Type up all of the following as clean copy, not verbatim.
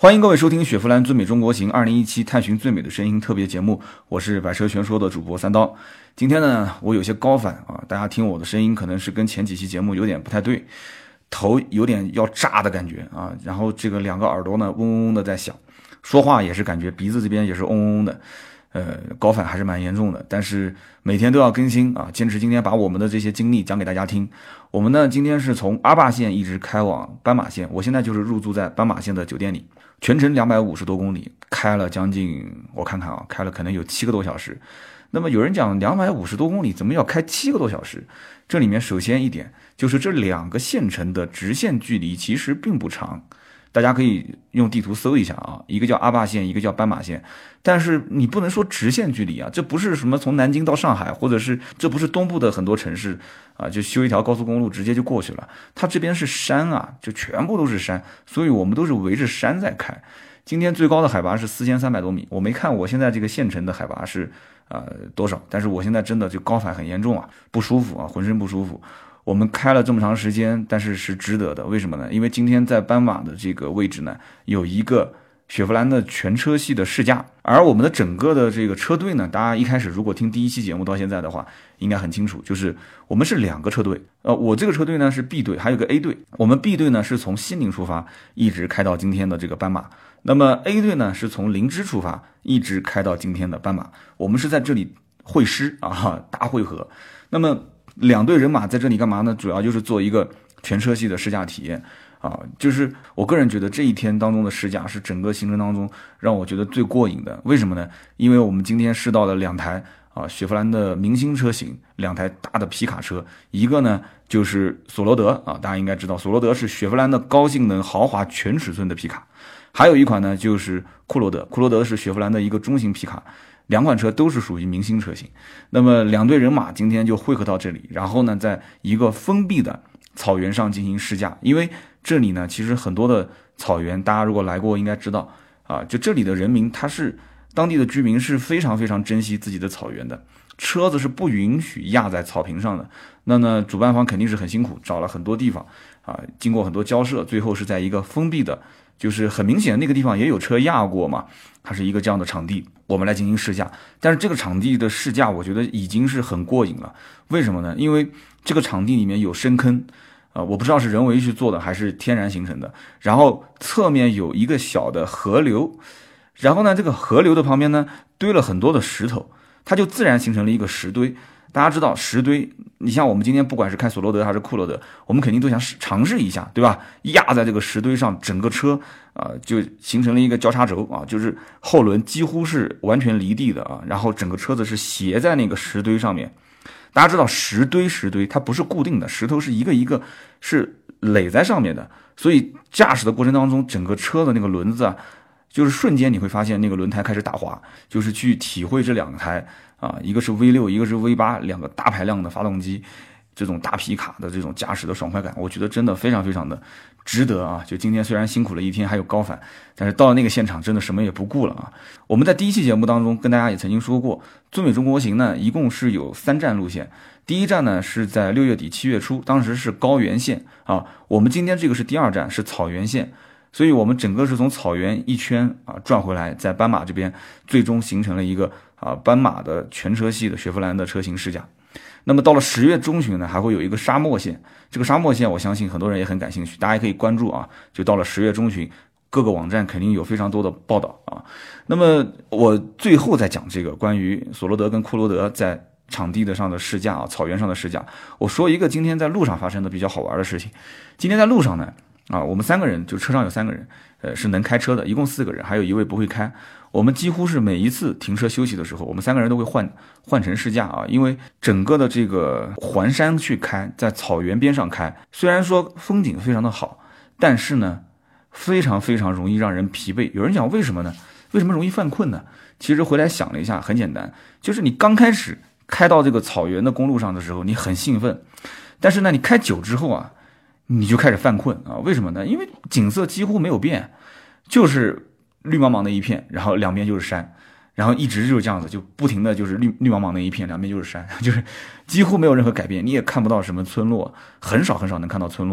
欢迎各位收听雪佛兰最美中国行2017探寻最美的声音特别节目，我是百车全说的主播三刀。今天呢，我有些高反啊，大家听我的声音可能是跟前几期节目有点不太对，头有点要炸的感觉啊，然后这个两个耳朵呢嗡嗡嗡的在响，说话也是感觉鼻子这边也是嗡嗡嗡的。高反还是蛮严重的，但是每天都要更新啊，坚持今天把我们的这些经历讲给大家听。我们呢今天是从阿坝县一直开往斑马线，我现在就是入住在斑马线的酒店里，全程250多公里，开了将近我看看啊，开了可能有7个多小时。那么有人讲250多公里怎么要开7个多小时？这里面首先一点就是这两个县城的直线距离其实并不长。大家可以用地图搜一下啊，一个叫阿坝县，一个叫斑马线，但是你不能说直线距离啊，这不是什么从南京到上海，或者是这不是东部的很多城市啊，就修一条高速公路直接就过去了。它这边是山啊，就全部都是山，所以我们都是围着山在开。今天最高的海拔是4300多米，我没看我现在这个县城的海拔是多少，但是我现在真的就高反很严重啊，不舒服啊，浑身不舒服。我们开了这么长时间，但是是值得的。为什么呢？因为今天在斑马的这个位置呢，有一个雪佛兰的全车系的试驾，而我们的整个的这个车队呢，大家一开始如果听第一期节目到现在的话，应该很清楚，就是我们是2个车队。我这个车队呢是 B 队，还有个 A 队。我们 B 队呢是从西宁出发，一直开到今天的这个斑马。那么 A 队呢是从灵芝出发，一直开到今天的斑马。我们是在这里会师啊，大会合。那么2队人马在这里干嘛呢？主要就是做一个全车系的试驾体验啊，就是我个人觉得这一天当中的试驾是整个行程当中让我觉得最过瘾的。为什么呢？因为我们今天试到了2台雪佛兰的明星车型，2台大的皮卡车，一个呢就是索罗德啊，大家应该知道索罗德是雪佛兰的高性能豪华全尺寸的皮卡，还有一款呢就是库罗德，库罗德是雪佛兰的一个中型皮卡。2款车都是属于明星车型，那么2队人马今天就汇合到这里，然后呢，在一个封闭的草原上进行试驾。因为这里呢，其实很多的草原，大家如果来过应该知道啊，就这里的人民，他是当地的居民是非常非常珍惜自己的草原的，车子是不允许压在草坪上的。那呢，主办方肯定是很辛苦，找了很多地方啊，经过很多交涉，最后是在一个封闭的。就是很明显那个地方也有车压过嘛，它是一个这样的场地，我们来进行试驾。但是这个场地的试驾我觉得已经是很过瘾了。为什么呢？因为这个场地里面有深坑我不知道是人为去做的还是天然形成的，然后侧面有一个小的河流，然后呢这个河流的旁边呢堆了很多的石头，它就自然形成了一个石堆。大家知道石堆，你像我们今天不管是开索罗德还是库罗德，我们肯定都想尝试一下，对吧？压在这个石堆上，整个车就形成了一个交叉轴啊，就是后轮几乎是完全离地的啊，然后整个车子是斜在那个石堆上面。大家知道石堆它不是固定的，石头是一个一个是垒在上面的，所以驾驶的过程当中，整个车的那个轮子就是瞬间你会发现那个轮胎开始打滑，就是去体会这2台一个是 V6 一个是 V8，2个大排量的发动机，这种大皮卡的这种驾驶的爽快感，我觉得真的非常非常的值得啊！就今天虽然辛苦了一天还有高反，但是到了那个现场真的什么也不顾了啊！我们在第一期节目当中跟大家也曾经说过，最美中国行呢一共是有3站路线，第一站呢是在6月底7月初，当时是高原线我们今天这个是第2站是草原线。所以我们整个是从草原一圈转回来，在斑马这边最终形成了一个斑马的全车系的雪佛兰的车型试驾。那么到了10月中旬呢，还会有一个沙漠线，这个沙漠线我相信很多人也很感兴趣，大家可以关注就到了10月中旬，各个网站肯定有非常多的报道那么我最后再讲这个关于索罗德跟库罗德在场地的上的试驾草原上的试驾。我说一个今天在路上发生的比较好玩的事情。今天在路上呢我们3个人，就车上有3个人，是能开车的，一共4个人，还有1位不会开。我们几乎是每一次停车休息的时候，我们3个人都会换乘试驾因为整个的这个环山去开，在草原边上开，虽然说风景非常的好，但是呢，非常非常容易让人疲惫。有人讲为什么呢？为什么容易犯困呢？其实回来想了一下，很简单，就是你刚开始开到这个草原的公路上的时候，你很兴奋，但是呢，你开久之后你就开始犯困为什么呢？因为景色几乎没有变，就是绿茫茫的一片，然后两边就是山，然后一直就是这样子，就不停的就是绿茫茫的一片，两边就是山，就是几乎没有任何改变，你也看不到什么村落，很少很少能看到村落。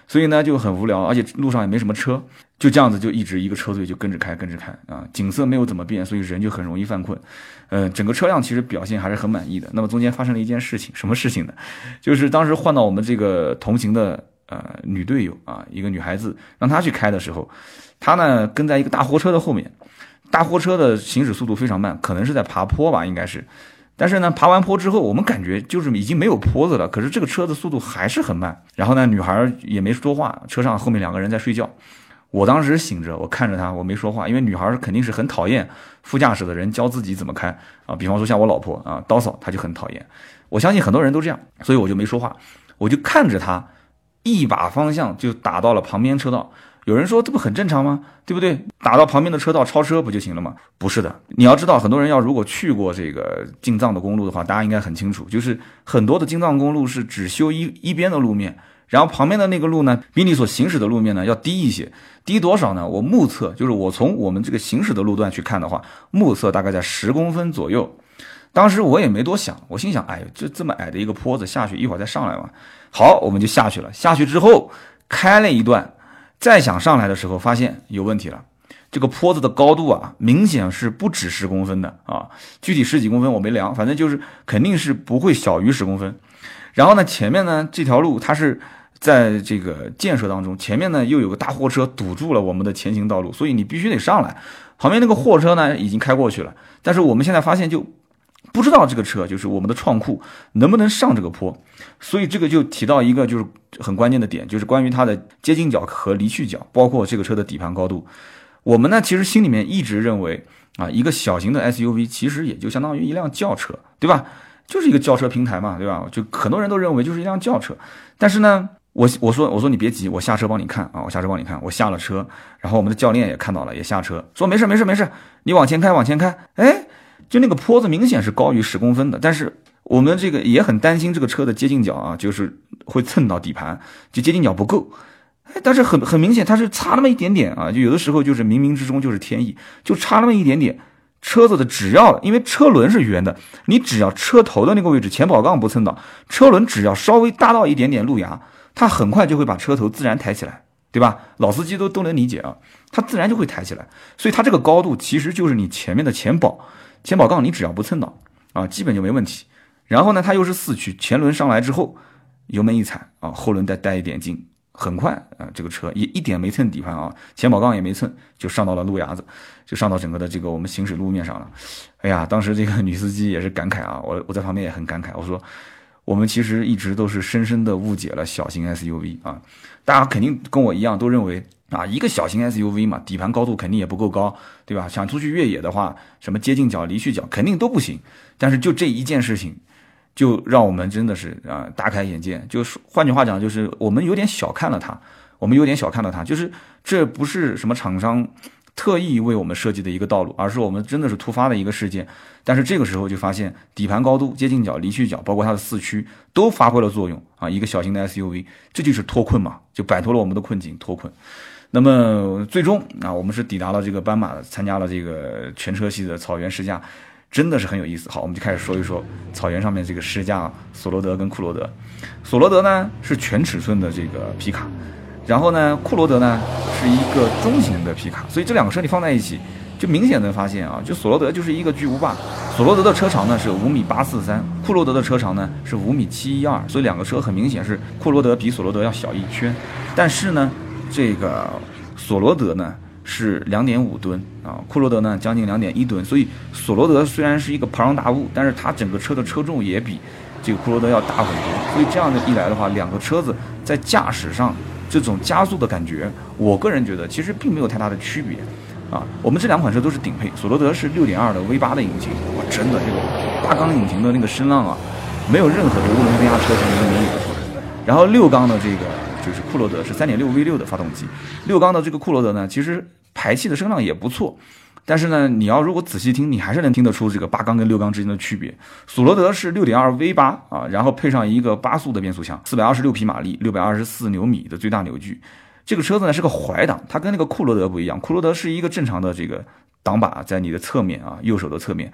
所以呢就很无聊，而且路上也没什么车，就这样子就一直一个车队就跟着开啊，景色没有怎么变，所以人就很容易犯困。整个车辆其实表现还是很满意的。那么中间发生了一件事情，什么事情呢？就是当时换到我们这个同行的女队友啊，一个女孩子，让她去开的时候，她呢跟在一个大货车的后面，大货车的行驶速度非常慢，可能是在爬坡吧，应该是。但是呢，爬完坡之后，我们感觉就是已经没有坡子了，可是这个车的速度还是很慢。然后呢，女孩也没说话，车上后面2个人在睡觉。我当时醒着，我看着她，我没说话，因为女孩肯定是很讨厌副驾驶的人教自己怎么开啊。比方说像我老婆啊，刀嫂，她就很讨厌。我相信很多人都这样，所以我就没说话，我就看着她，一把方向就打到了旁边车道。有人说这不很正常吗？对不对？打到旁边的车道超车不就行了吗？不是的，你要知道，很多人如果去过这个京藏的公路的话，大家应该很清楚，就是很多的京藏公路是只修一边的路面，然后旁边的那个路呢，比你所行驶的路面呢要低一些，低多少呢？我目测，就是我从我们这个行驶的路段去看的话，目测大概在10公分左右。当时我也没多想，我心想，哎，这么矮的一个坡子下去，一会儿再上来嘛。好，我们就下去了。下去之后开了一段。再想上来的时候，发现有问题了。这个坡子的高度啊，明显是不止10公分的啊，具体10几公分我没量，反正就是肯定是不会小于10公分。然后呢，前面呢这条路它是在这个建设当中，前面呢又有个大货车堵住了我们的前行道路，所以你必须得上来。旁边那个货车呢已经开过去了，但是我们现在发现就不知道这个车就是我们的创库能不能上这个坡，所以这个就提到一个就是很关键的点，就是关于它的接近角和离去角，包括这个车的底盘高度。我们呢其实心里面一直认为啊，一个小型的 SUV 其实也就相当于一辆轿车，对吧？就是一个轿车平台嘛，对吧？就很多人都认为就是一辆轿车。但是呢，我说你别急，我下车帮你看啊，我下车帮你看。我下了车，然后我们的教练也看到了，也下车说没事，你往前开。哎。就那个坡子明显是高于10公分的，但是我们这个也很担心这个车的接近角啊，就是会蹭到底盘，就接近角不够。但是很明显它是差那么一点点啊，就有的时候就是冥冥之中就是天意，就差那么一点点。车子的只要因为车轮是圆的，你只要车头的那个位置前保杠不蹭到，车轮只要稍微搭到一点点路牙，它很快就会把车头自然抬起来，对吧？老司机都能理解啊，它自然就会抬起来。所以它这个高度其实就是你前面的前保杠你只要不蹭到啊，基本就没问题。然后呢，它又是4驱，前轮上来之后，油门一踩啊，后轮再带一点劲，很快啊，这个车也一点没蹭底盘啊，前保杠也没蹭，就上到了路牙子，就上到整个的这个我们行驶路面上了。哎呀，当时这个女司机也是感慨啊，我在旁边也很感慨，我说我们其实一直都是深深的误解了小型 SUV 啊，大家肯定跟我一样都认为。啊，一个小型 SUV 嘛，底盘高度肯定也不够高，对吧？想出去越野的话，什么接近角、离去角肯定都不行。但是就这一件事情，就让我们真的是大开眼界。就是换句话讲，就是我们有点小看了它，就是这不是什么厂商特意为我们设计的一个道路，而是我们真的是突发的一个事件。但是这个时候就发现底盘高度、接近角、离去角，包括它的4驱都发挥了作用啊！一个小型的 SUV， 这就是脱困嘛，就摆脱了我们的困境，脱困。那么最终啊，我们是抵达了这个斑马，参加了这个全车系的草原试驾，真的是很有意思。好，我们就开始说一说草原上面这个试驾索罗德跟库罗德。索罗德呢是全尺寸的这个皮卡，然后呢库罗德呢是一个中型的皮卡，所以这2个车你放在一起，就明显能发现啊，就索罗德就是一个巨无霸。索罗德的车长呢是5.843米，库罗德的车长呢是5.712米，所以2个车很明显是库罗德比索罗德要小1圈，但是呢。这个索罗德呢是2.5吨啊，库罗德呢将近2.1吨，所以索罗德虽然是一个庞然大物，但是它整个车的车重也比这个库罗德要大很多，所以这样的一来的话，2个车子在驾驶上这种加速的感觉，我个人觉得其实并没有太大的区别啊。我们这2款车都是顶配，索罗德是6.2的 V8 的引擎，哇，真的这个8缸引擎的那个声浪啊，没有任何的涡轮增压车型能比拟得出来。然后6缸的这个。就是库罗德是3.6 V6 的发动机，6缸的这个库罗德呢，其实排气的声浪也不错，但是呢，你要如果仔细听，你还是能听得出这个8缸跟6缸之间的区别。索罗德是6.2 V8 啊，然后配上一个8速的变速箱，426匹马力，624牛米的最大扭矩。这个车子呢是个怀档，它跟那个库罗德不一样，库罗德是一个正常的这个挡把在你的侧面啊，右手的侧面。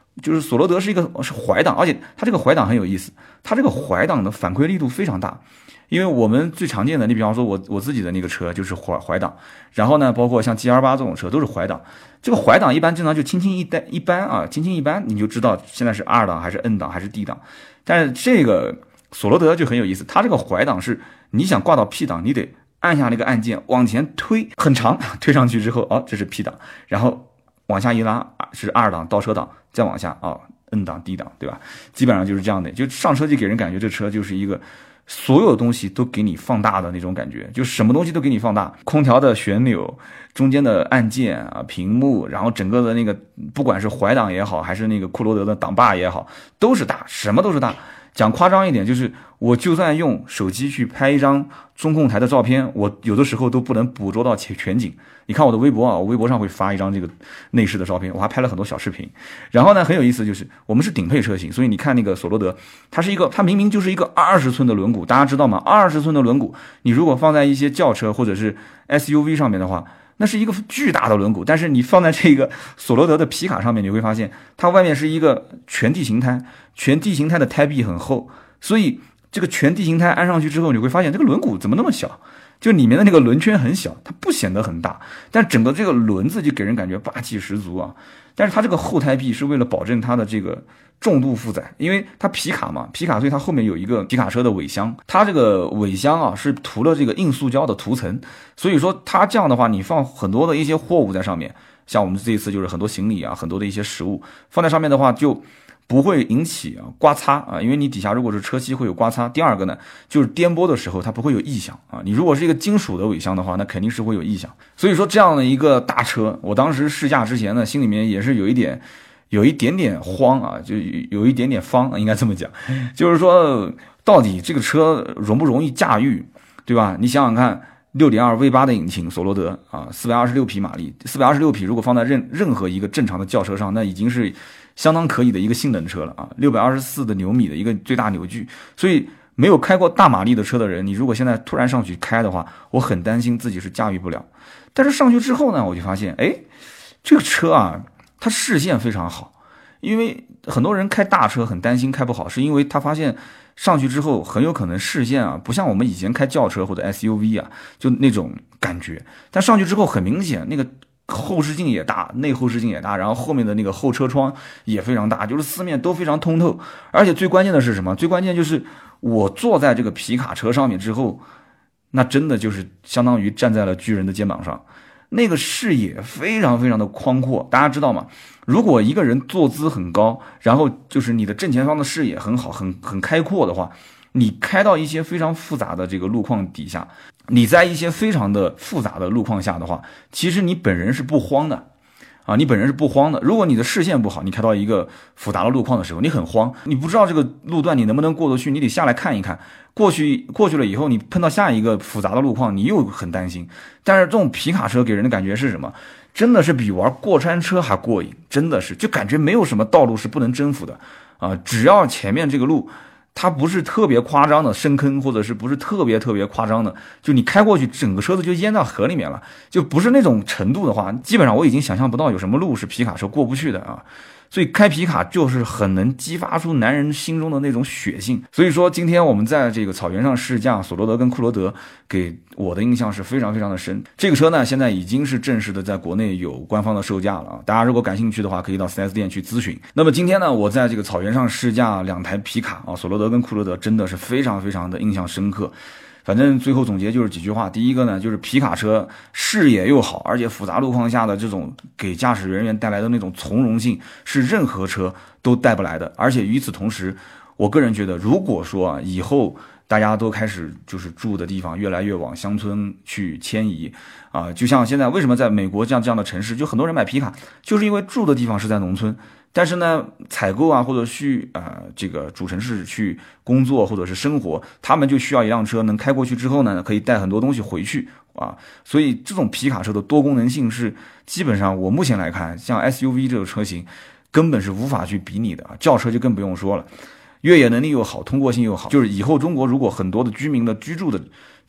就是索罗德是怀档，而且它这个怀档很有意思，它这个怀档的反馈力度非常大。因为我们最常见的，你比方说我自己的那个车就是怀档，然后呢，包括像 GL8 这种车都是怀档。这个怀档一般正常就轻轻一扳啊，轻轻一扳你就知道现在是 R 档还是 N 档还是 D 档。但是这个索罗德就很有意思，它这个怀档是你想挂到 P 档，你得按下那个按键往前推很长，推上去之后这是 P 档，然后往下一拉是 R 档倒车档，再往下N 档 D 档，对吧？基本上就是这样的，就上车就给人感觉这车就是一个所有东西都给你放大的那种感觉，就什么东西都给你放大，空调的旋钮、中间的按键屏幕，然后整个的那个不管是怀档也好，还是那个库罗德的挡把也好，都是大，什么都是大。讲夸张一点，就是我就算用手机去拍一张中控台的照片，我有的时候都不能捕捉到全景。你看我的微博我微博上会发一张这个内饰的照片，我还拍了很多小视频。然后呢，很有意思，就是我们是顶配车型，所以你看那个索罗德，它明明就是一个20寸的轮毂，大家知道吗？20寸的轮毂，你如果放在一些轿车或者是 SUV 上面的话，那是一个巨大的轮毂，但是你放在这个索罗德的皮卡上面，你会发现它外面是一个全地形胎，全地形胎的胎壁很厚，所以这个全地形胎安上去之后，你会发现这个轮毂怎么那么小，就里面的那个轮圈很小，它不显得很大，但整个这个轮子就给人感觉霸气十足啊。但是它这个后胎壁是为了保证它的这个重度负载，因为它皮卡嘛，皮卡所以它后面有一个皮卡车的尾箱，它这个尾箱是涂了这个硬塑胶的涂层，所以说它这样的话，你放很多的一些货物在上面，像我们这一次就是很多行李很多的一些食物放在上面的话，就不会引起刮擦因为你底下如果是车漆会有刮擦。第二个呢，就是颠簸的时候它不会有异响你如果是一个金属的尾箱的话，那肯定是会有异响。所以说这样的一个大车，我当时试驾之前呢，心里面也是有一点点慌就有一点点方应该这么讲，就是说到底这个车容不容易驾驭，对吧？你想想看，6.2 V8 的引擎，索罗德426匹马力，426匹如果放在任何一个正常的轿车上，那已经是相当可以的一个性能车了624的牛米的一个最大扭矩。所以没有开过大马力的车的人，你如果现在突然上去开的话，我很担心自己是驾驭不了。但是上去之后呢，我就发现这个车它视线非常好。因为很多人开大车很担心开不好，是因为他发现上去之后很有可能视线不像我们以前开轿车或者 SUV 就那种感觉。但上去之后很明显，那个后视镜也大，内后视镜也大，然后后面的那个后车窗也非常大，就是四面都非常通透。而且最关键的是什么？最关键就是我坐在这个皮卡车上面之后，那真的就是相当于站在了巨人的肩膀上。那个视野非常非常的宽阔，大家知道吗？如果一个人坐姿很高，然后就是你的正前方的视野很好，很开阔的话，你开到一些非常复杂的这个路况底下，你在一些非常的复杂的路况下的话，其实你本人是不慌的。你本人是不慌的。如果你的视线不好，你开到一个复杂的路况的时候，你很慌，你不知道这个路段你能不能过得去，你得下来看一看。过去了以后，你碰到下一个复杂的路况，你又很担心。但是这种皮卡车给人的感觉是什么？真的是比玩过山车还过瘾，真的是就感觉没有什么道路是不能征服的只要前面这个路它不是特别夸张的深坑，或者是不是特别夸张的，就你开过去整个车子就淹到河里面了，就不是那种程度的话，基本上我已经想象不到有什么路是皮卡车过不去的所以开皮卡就是很能激发出男人心中的那种血性。所以说今天我们在这个草原上试驾索罗德跟库罗德，给我的印象是非常非常的深。这个车呢现在已经是正式的在国内有官方的售价了大家如果感兴趣的话可以到 4S 店去咨询。那么今天呢我在这个草原上试驾两台皮卡索罗德跟库罗德，真的是非常非常的印象深刻。反正最后总结就是几句话，第一个呢就是皮卡车视野又好，而且复杂路况下的这种给驾驶人员带来的那种从容性是任何车都带不来的。而且与此同时，我个人觉得如果说以后大家都开始就是住的地方越来越往乡村去迁移就像现在为什么在美国这样的城市就很多人买皮卡，就是因为住的地方是在农村，但是呢采购或者去这个主城市去工作或者是生活，他们就需要一辆车能开过去之后呢可以带很多东西回去所以这种皮卡车的多功能性是基本上我目前来看像 SUV 这个车型根本是无法去比拟的轿车就更不用说了，越野能力又好，通过性又好，就是以后中国如果很多的居民的居住的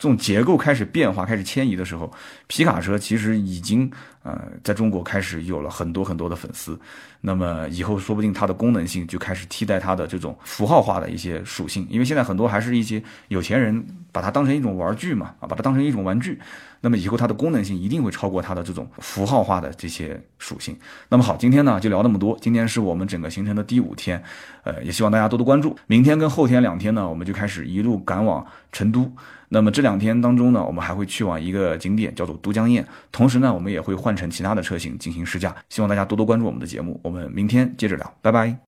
这种结构开始变化、开始迁移的时候，皮卡车其实已经在中国开始有了很多很多的粉丝。那么以后说不定它的功能性就开始替代它的这种符号化的一些属性，因为现在很多还是一些有钱人把它当成一种玩具嘛，把它当成一种玩具。那么以后它的功能性一定会超过它的这种符号化的这些属性。那么好，今天呢就聊那么多。今天是我们整个行程的第5天，也希望大家多多关注。明天跟后天2天呢，我们就开始一路赶往成都。那么这2天当中呢，我们还会去往一个景点叫做都江堰，同时呢，我们也会换成其他的车型进行试驾。希望大家多多关注我们的节目，我们明天接着聊，拜拜。